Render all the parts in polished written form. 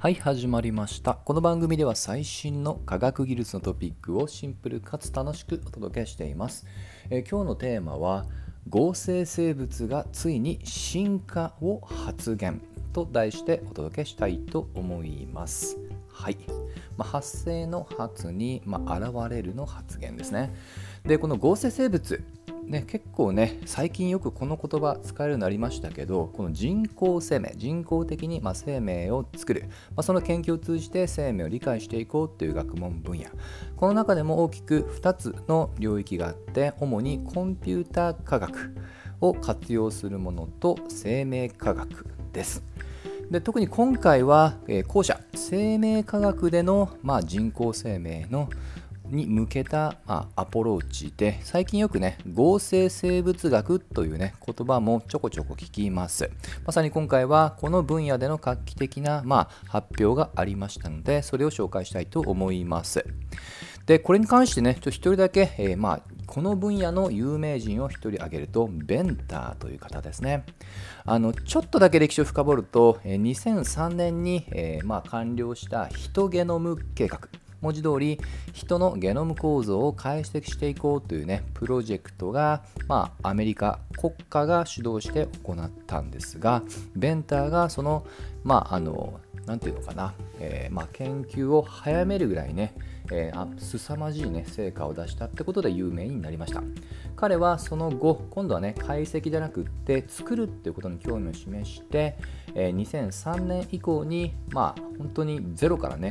はい、始まりました。この番組では最新の科学技術のトピックをシンプルかつ楽しくお届けしています。今日のテーマは合成生物がついに進化を発現と題してお届けしたいと思います。はい、発生の発に、現れるの発言ですね。で、この合成生物結構最近よくこの言葉使えるようになりましたけど、この人工生命、人工的に生命を作る、その研究を通じて生命を理解していこうという学問分野、この中でも大きく2つの領域があって、主にコンピューター科学を活用するものと生命科学です。で、特に今回は後者生命科学での、人工生命のに向けた、アプローチで、最近よく合成生物学という言葉もちょこちょこ聞きます。まさに今回はこの分野での画期的な、発表がありましたので、それを紹介したいと思います。で、これに関して一人だけ、この分野の有名人を一人挙げると、ベンターという方ですね。ちょっとだけ歴史を深掘ると、2003年に、完了したヒトゲノム計画、文字通り人のゲノム構造を解析していこうというプロジェクトが、アメリカ国家が主導して行ったんですが、ベンターがそのなんていうのかな、研究を早めるぐらい凄まじい成果を出したってことで有名になりました。彼はその後、今度は解析じゃなくって作るっていうことに興味を示して、2003年以降に本当にゼロから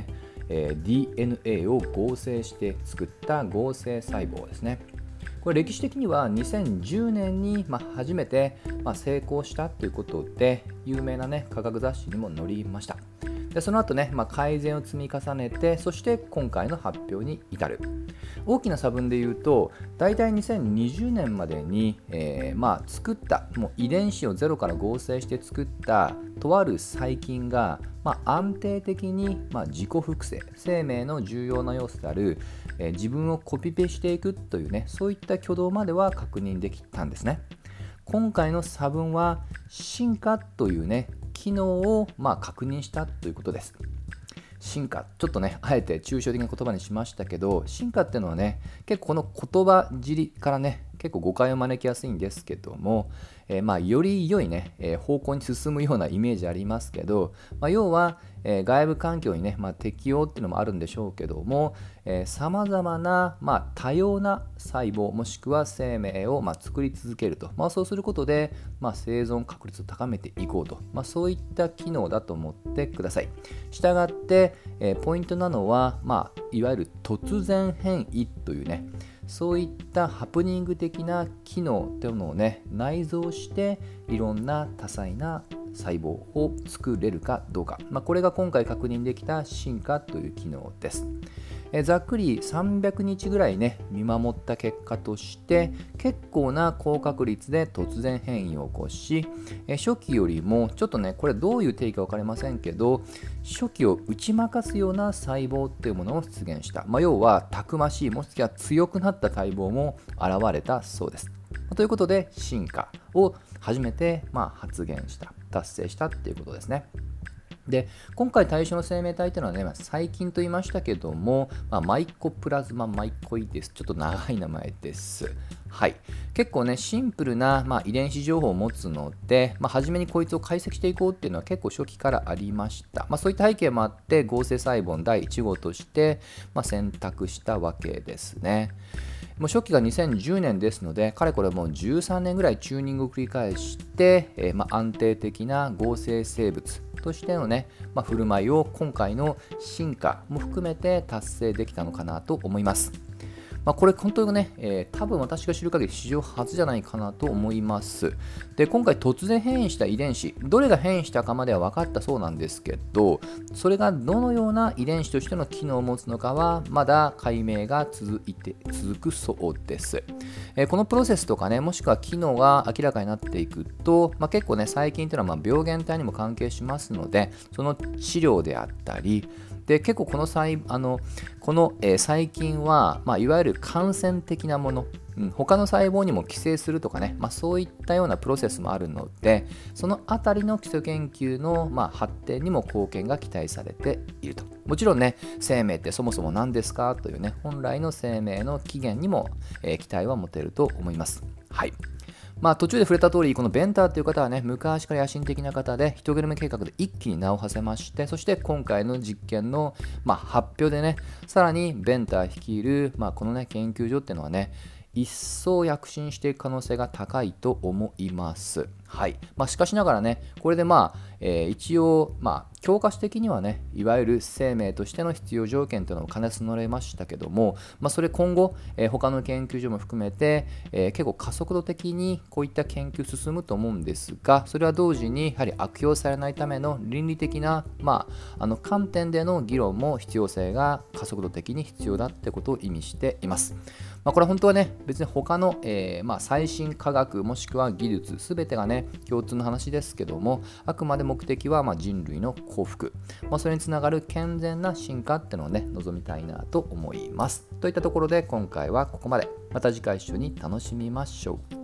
DNA を合成して作った合成細胞ですね。これ歴史的には2010年に初めて成功したということで、有名な科学雑誌にも載りました。で、その後改善を積み重ねて、そして今回の発表に至る。大きな差分で言うと、大体2020年までに、作ったもう遺伝子をゼロから合成して作ったとある細菌が、安定的に、自己複製、生命の重要な要素である、自分をコピペしていくというそういった挙動までは確認できたんですね。今回の差分は進化という機能を確認したということです。進化、ちょっとあえて抽象的な言葉にしましたけど、進化っていうのは結構この言葉尻から結構誤解を招きやすいんですけども、より良い方向に進むようなイメージありますけど、要は、外部環境に適応っていうのもあるんでしょうけども、さまざまな、多様な細胞もしくは生命を作り続けると、そうすることで、生存確率を高めていこうと、そういった機能だと思ってください。したがって、ポイントなのは、いわゆる突然変異というそういったハプニング的な機能というのを内蔵していろんな多彩な細胞を作れるかどうか、これが今回確認できた進化という機能です。ざっくり300日ぐらい見守った結果として、結構な高確率で突然変異を起こし、初期よりもちょっとこれどういう定義か分かりませんけど、初期を打ち負かすような細胞っていうものを出現した、要はたくましい、もしくは強くなった細胞も現れたそうです。ということで進化を初めて発現した、達成したっていうことですね。で、今回対象の生命体というのは細菌と言いましたけども、マイコプラズママイコイデス、ちょっと長い名前です。はい、結構シンプルな、遺伝子情報を持つので、初めにこいつを解析していこうっていうのは結構初期からありました。そういった背景もあって合成細胞の第1号として、選択したわけですね。もう初期が2010年ですので、かれこれもう13年ぐらいチューニングを繰り返して、安定的な合成生物としての振る舞いを今回の進化も含めて達成できたのかなと思います。これ本当に多分私が知る限り史上初じゃないかなと思います。で、今回突然変異した遺伝子、どれが変異したかまでは分かったそうなんですけど、それがどのような遺伝子としての機能を持つのかはまだ解明が続くそうです。このプロセスとかもしくは機能が明らかになっていくと、結構細菌というのは病原体にも関係しますので、その治療であったり、で結構この細菌は、いわゆる感染的なもの他の細胞にも寄生するとかね、そういったようなプロセスもあるので、そのあたりの基礎研究の、発展にも貢献が期待されていると。もちろんね、生命ってそもそも何ですかというね、本来の生命の起源にも、期待は持てると思います。はい。途中で触れた通り、このベンターという方はね、昔から野心的な方で、ヒトゲノム計画で一気に名を馳せまして、そして今回の実験の、発表でね、さらにベンター率いる、このね、研究所っていうのはね、一層躍進していく可能性が高いと思います。はい。しかしながらね、これで一応、教科書的にはね、いわゆる生命としての必要条件というのを兼ね備えましたけども、それ今後、他の研究所も含めて、結構加速度的にこういった研究進むと思うんですが、それは同時にやはり悪用されないための倫理的な、観点での議論も必要性が加速度的に必要だってことを意味しています。これは本当はね、別に他の、最新科学もしくは技術すべてがね、共通の話ですけども、あくまで目的は人類の幸福、それにつながる健全な進化っていうのをね、望みたいなと思います。といったところで今回はここまで。また次回一緒に楽しみましょう。